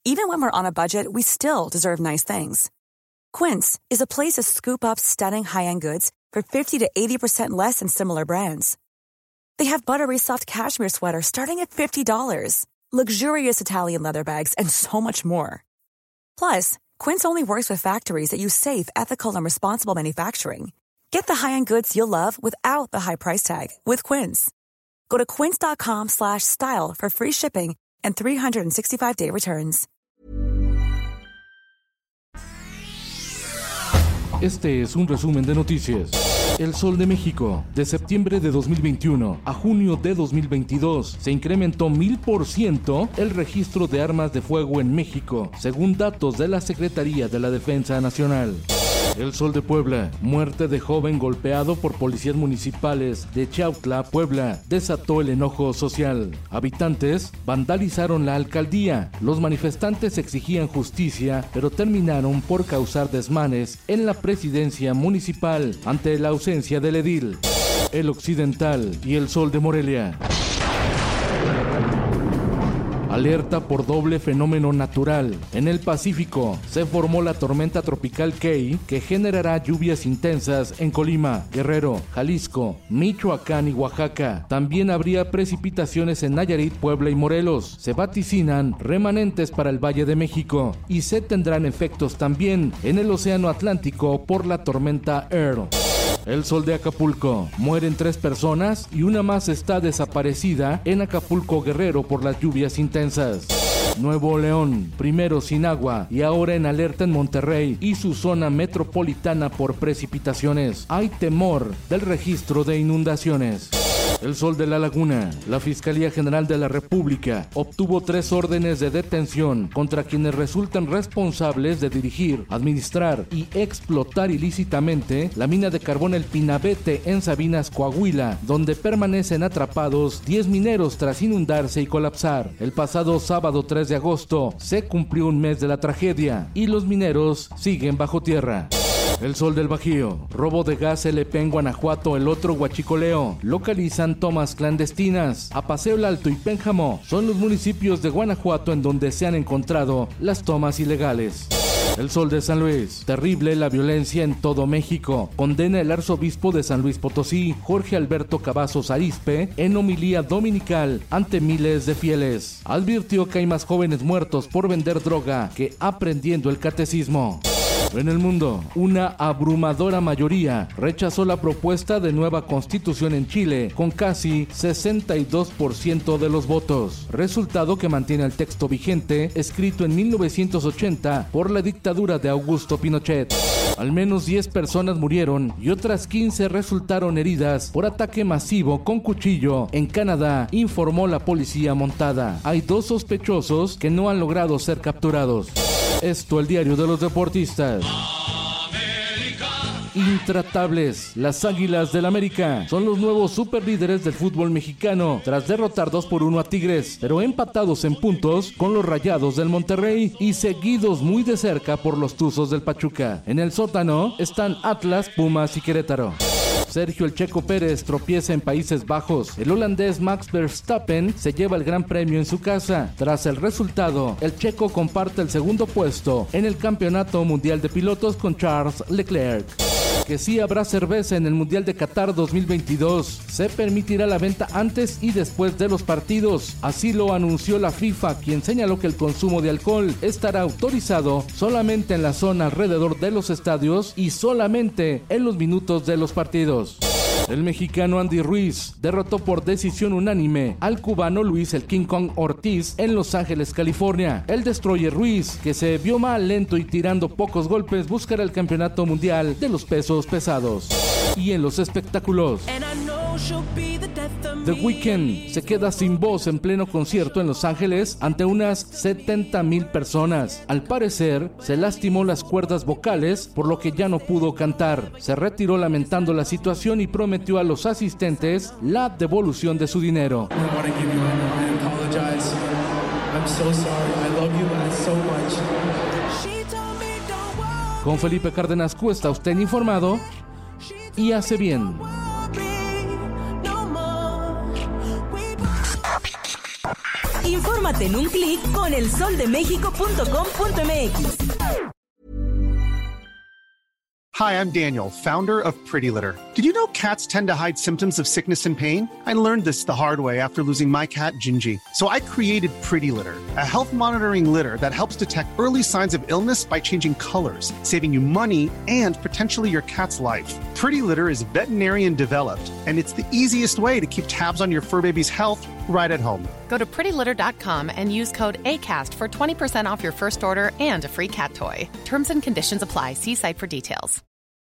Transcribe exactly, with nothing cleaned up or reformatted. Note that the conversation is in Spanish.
Even when we're on a budget, we still deserve nice things. Quince is a place to scoop up stunning high-end goods for fifty to eighty percent less than similar brands. They have buttery soft cashmere sweaters starting at fifty dollars, luxurious Italian leather bags, and so much more. Plus, Quince only works with factories that use safe, ethical, and responsible manufacturing. Get the high-end goods you'll love without the high price tag with Quince. Go to quince.com slash style for free shipping and three sixty-five day returns. Este es un resumen de noticias. El Sol de México, de septiembre de dos mil veintiuno a junio de dos mil veintidós, se incrementó mil por ciento el registro de armas de fuego en México, según datos de la Secretaría de la Defensa Nacional. El Sol de Puebla, muerte de joven golpeado por policías municipales de Chautla, Puebla, desató el enojo social. Habitantes vandalizaron la alcaldía. Los manifestantes exigían justicia, pero terminaron por causar desmanes en la presidencia municipal ante la ausencia del edil. El Occidental y el Sol de Morelia. Alerta por doble fenómeno natural. En el Pacífico se formó la tormenta tropical Key, que generará lluvias intensas en Colima, Guerrero, Jalisco, Michoacán y Oaxaca. También habría precipitaciones en Nayarit, Puebla y Morelos. Se vaticinan remanentes para el Valle de México y se tendrán efectos también en el Océano Atlántico por la tormenta Earl. El Sol de Acapulco. Mueren tres personas y una más está desaparecida en Acapulco, Guerrero, por las lluvias intensas. Nuevo León, primero sin agua y ahora en alerta en Monterrey y su zona metropolitana por precipitaciones. Hay temor del registro de inundaciones. El Sol de la Laguna. La Fiscalía General de la República obtuvo tres órdenes de detención contra quienes resultan responsables de dirigir, administrar y explotar ilícitamente la mina de carbón El Pinabete en Sabinas, Coahuila, donde permanecen atrapados diez mineros tras inundarse y colapsar. El pasado sábado tres de agosto se cumplió un mes de la tragedia y los mineros siguen bajo tierra. El Sol del Bajío. Robo de gas L P en Guanajuato, el otro huachicoleo. Localizan tomas clandestinas. Apaseo el Alto y Pénjamo son los municipios de Guanajuato en donde se han encontrado las tomas ilegales. El Sol de San Luis. Terrible la violencia en todo México. Condena el arzobispo de San Luis Potosí, Jorge Alberto Cavazos Arizpe, en homilía dominical ante miles de fieles. Advirtió que hay más jóvenes muertos por vender droga que aprendiendo el catecismo. En el mundo, una abrumadora mayoría rechazó la propuesta de nueva constitución en Chile con casi sesenta y dos por ciento de los votos, resultado que mantiene el texto vigente escrito en mil novecientos ochenta por la dictadura de Augusto Pinochet. Al menos diez personas murieron y otras quince resultaron heridas por ataque masivo con cuchillo en Canadá, informó la policía montada. Hay dos sospechosos que no han logrado ser capturados. Esto, el diario de los deportistas. América. Intratables, las Águilas del América son los nuevos superlíderes del fútbol mexicano tras derrotar dos por uno a Tigres, pero empatados en puntos con los Rayados del Monterrey y seguidos muy de cerca por los Tuzos del Pachuca. En el sótano están Atlas, Pumas y Querétaro. Sergio El Checo Pérez tropieza en Países Bajos. El holandés Max Verstappen se lleva el gran premio en su casa. Tras el resultado, el checo comparte el segundo puesto en el Campeonato Mundial de Pilotos con Charles Leclerc. Que sí habrá cerveza en el Mundial de Qatar dos mil veintidós. Se permitirá la venta antes y después de los partidos. Así lo anunció la FIFA, quien señaló que el consumo de alcohol estará autorizado solamente en la zona alrededor de los estadios y solamente en los minutos de los partidos. El mexicano Andy Ruiz derrotó por decisión unánime al cubano Luis el King Kong Ortiz en Los Ángeles, California. El Destroyer Ruiz, que se vio mal lento y tirando pocos golpes, buscará el campeonato mundial de los pesos pesados. Y en los espectáculos, The Weeknd se queda sin voz en pleno concierto en Los Ángeles ante unas setenta mil personas. Al parecer, se lastimó las cuerdas vocales, por lo que ya no pudo cantar. Se retiró lamentando la situación y prometió a los asistentes la devolución de su dinero. Con Felipe Cárdenas Cuesta, usted informado y hace bien. Infórmate Infórmate en un clic con el sol de méxico punto com punto m x. Hi, I'm Daniel, founder of Pretty Litter. Did you know cats tend to hide symptoms of sickness and pain? I learned this the hard way after losing my cat, Gingy. So I created Pretty Litter, a health monitoring litter that helps detect early signs of illness by changing colors, saving you money and potentially your cat's life. Pretty Litter is veterinarian developed, and it's the easiest way to keep tabs on your fur baby's health right at home. Go to pretty litter dot com and use code ACAST for twenty percent off your first order and a free cat toy. Terms and conditions apply. See site for details.